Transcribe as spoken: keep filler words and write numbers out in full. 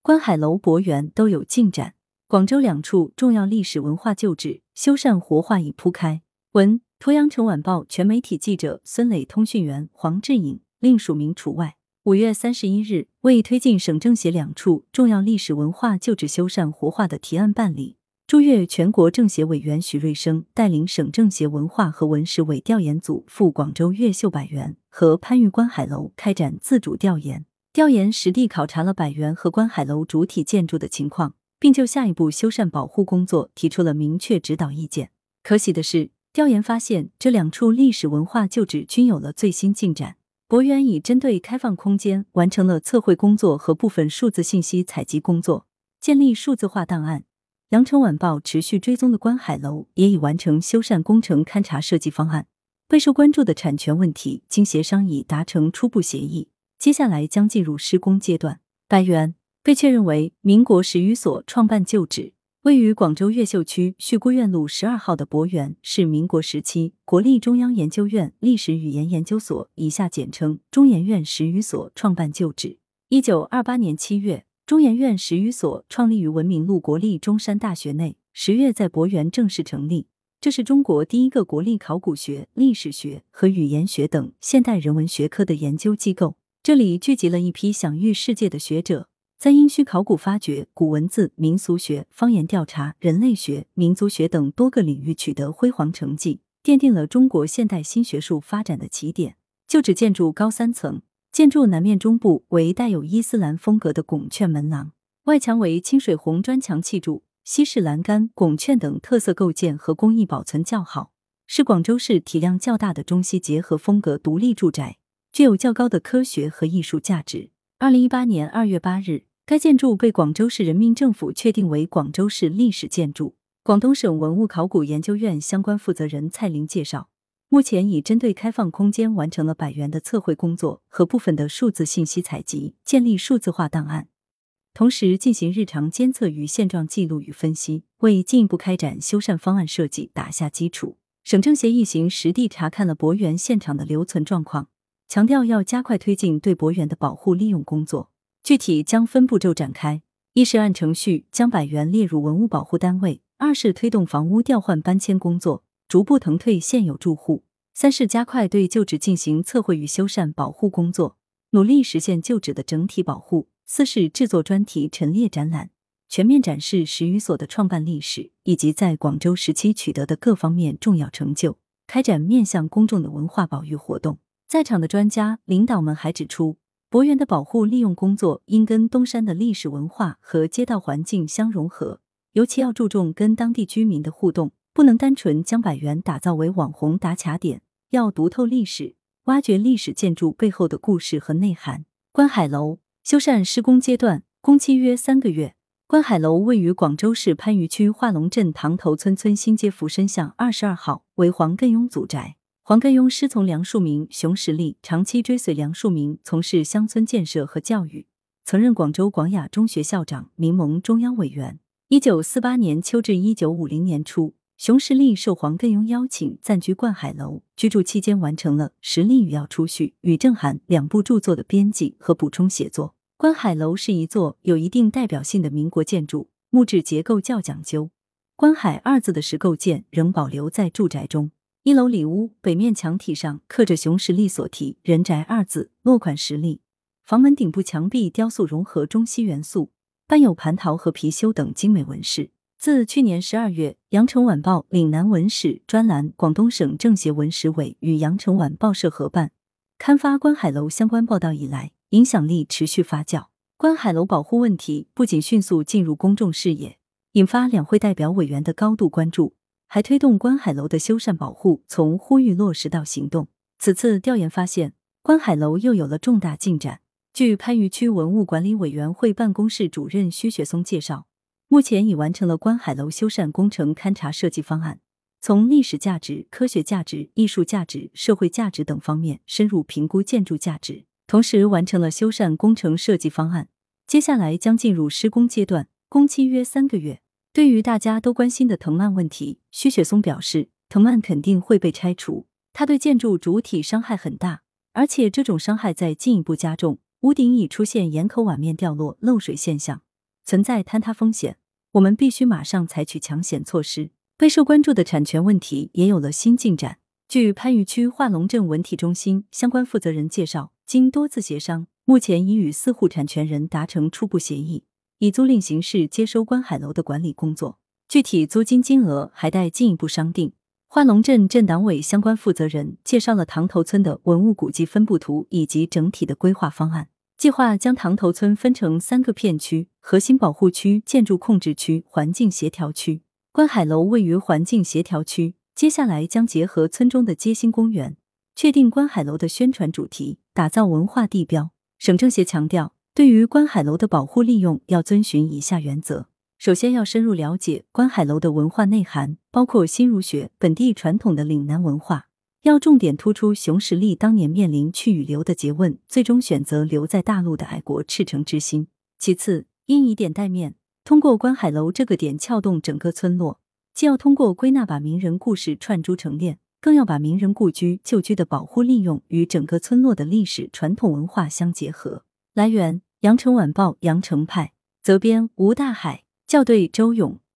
观海楼、博园都有进展。广州两处重要历史文化旧址修缮活化已铺开。文：鄱阳城晚报全媒体记者孙磊，通讯员黄志颖，另署名除外。五月三十一日，为推进省政协两处重要历史文化旧址修缮活化的提案办理，驻粤全国政协委员许瑞生带领省政协文化和文史委调研组赴广州越秀百园和番禺观海楼开展自主调研。调研实地考察了百园和观海楼主体建筑的情况，并就下一步修缮保护工作提出了明确指导意见。可喜的是，调研发现这两处历史文化旧址均有了最新进展。博园已针对开放空间完成了测绘工作和部分数字信息采集工作，建立数字化档案。羊城晚报持续追踪的观海楼也已完成修缮工程勘察设计方案，备受关注的产权问题经协商已达成初步协议，接下来将进入施工阶段。百园被确认为民国十余所创办旧址。位于广州越秀区旭姑苑路十二号的博园是民国时期国立中央研究院历史语言研究所（以下简称中研院）十余所创办旧址。一九二八年七月，中研院十余所创立于文明路国立中山大学内，十月在博园正式成立。这是中国第一个国立考古学、历史学和语言学等现代人文学科的研究机构。这里聚集了一批享誉世界的学者，在殷墟考古发掘、古文字、民俗学、方言调查、人类学、民族学等多个领域取得辉煌成绩，奠定了中国现代新学术发展的起点。旧址建筑高三层，建筑南面中部为带有伊斯兰风格的拱券门廊，外墙为清水红砖墙砌筑，西式栏杆、拱券等特色构件和工艺保存较好，是广州市体量较大的中西结合风格独立住宅，具有较高的科学和艺术价值。二零一八年二月八日，该建筑被广州市人民政府确定为广州市历史建筑。广东省文物考古研究院相关负责人蔡林介绍，目前已针对开放空间完成了百园的测绘工作和部分的数字信息采集，建立数字化档案，同时进行日常监测与现状记录与分析，为进一步开展修缮方案设计打下基础。省政协一行实地查看了博园现场的留存状况，强调要加快推进对博园的保护利用工作，具体将分步骤展开。一是按程序将百园列入文物保护单位，二是推动房屋调换搬迁工作，逐步腾退现有住户，三是加快对旧址进行测绘与修缮保护工作，努力实现旧址的整体保护。四是制作专题陈列展览，全面展示十余所的创办历史以及在广州时期取得的各方面重要成就，开展面向公众的文化保育活动。在场的专家领导们还指出，博园的保护利用工作应跟东山的历史文化和街道环境相融合，尤其要注重跟当地居民的互动，不能单纯将百园打造为网红打卡点，要读透历史，挖掘历史建筑背后的故事和内涵。观海楼修缮施工阶段，工期约三个月。观海楼位于广州市番禺区化龙镇塘头村村新街福生巷二十二号，为黄根庸祖宅。黄根庸师从梁漱溟、熊十力，长期追随梁漱溟从事乡村建设和教育，曾任广州广雅中学校长、民盟中央委员。一九四八年秋至一九五零年初，熊十力受黄根庸邀请暂居观海楼，居住期间完成了《十力语要出序》与郑涵两部著作的编辑和补充写作。观海楼是一座有一定代表性的民国建筑，木质结构较讲究，观海二字的石构件仍保留在住宅中。一楼里屋北面墙体上刻着熊十力所题人宅二字，落款十力。房门顶部墙壁雕塑融合中西元素，伴有蟠桃和貔貅等精美纹饰。自去年十二月，羊城晚报岭南文史专栏广东省政协文史委与羊城晚报社合办刊发观海楼相关报道以来，影响力持续发酵。观海楼保护问题不仅迅速进入公众视野，引发两会代表委员的高度关注，还推动观海楼的修缮保护从呼吁落实到行动。此次调研发现，观海楼又有了重大进展。据番禺区文物管理委员会办公室主任薛雪松介绍，目前已完成了观海楼修缮工程勘察设计方案，从历史价值、科学价值、艺术价值、社会价值等方面深入评估建筑价值，同时完成了修缮工程设计方案。接下来将进入施工阶段，工期约三个月。对于大家都关心的藤蔓问题，薛雪松表示，藤蔓肯定会被拆除，它对建筑主体伤害很大，而且这种伤害在进一步加重，屋顶已出现檐口瓦面掉落、漏水现象。 存在坍塌风险，我们必须马上采取抢险措施。备受关注的产权问题也有了新进展。据番禺区化龙镇文体中心相关负责人介绍，经多次协商，目前已与四户产权人达成初步协议，以租赁形式接收观海楼的管理工作，具体租金金额还待进一步商定。化龙镇镇党委相关负责人介绍了塘头村的文物古迹分布图以及整体的规划方案，计划将塘头村分成三个片区：核心保护区、建筑控制区、环境协调区。观海楼位于环境协调区，接下来将结合村中的街心公园，确定观海楼的宣传主题，打造文化地标。省政协强调，对于观海楼的保护利用要遵循以下原则。首先要深入了解观海楼的文化内涵，包括新儒学、本地传统的岭南文化，要重点突出熊十力当年面临去与留的诘问，最终选择留在大陆的爱国赤诚之心。其次，应以点带面，通过观海楼这个点撬动整个村落，既要通过归纳把名人故事串珠成链，更要把名人故居、旧居的保护利用与整个村落的历史传统文化相结合。来源：羊城晚报羊城派，责编吴大海，校对周勇。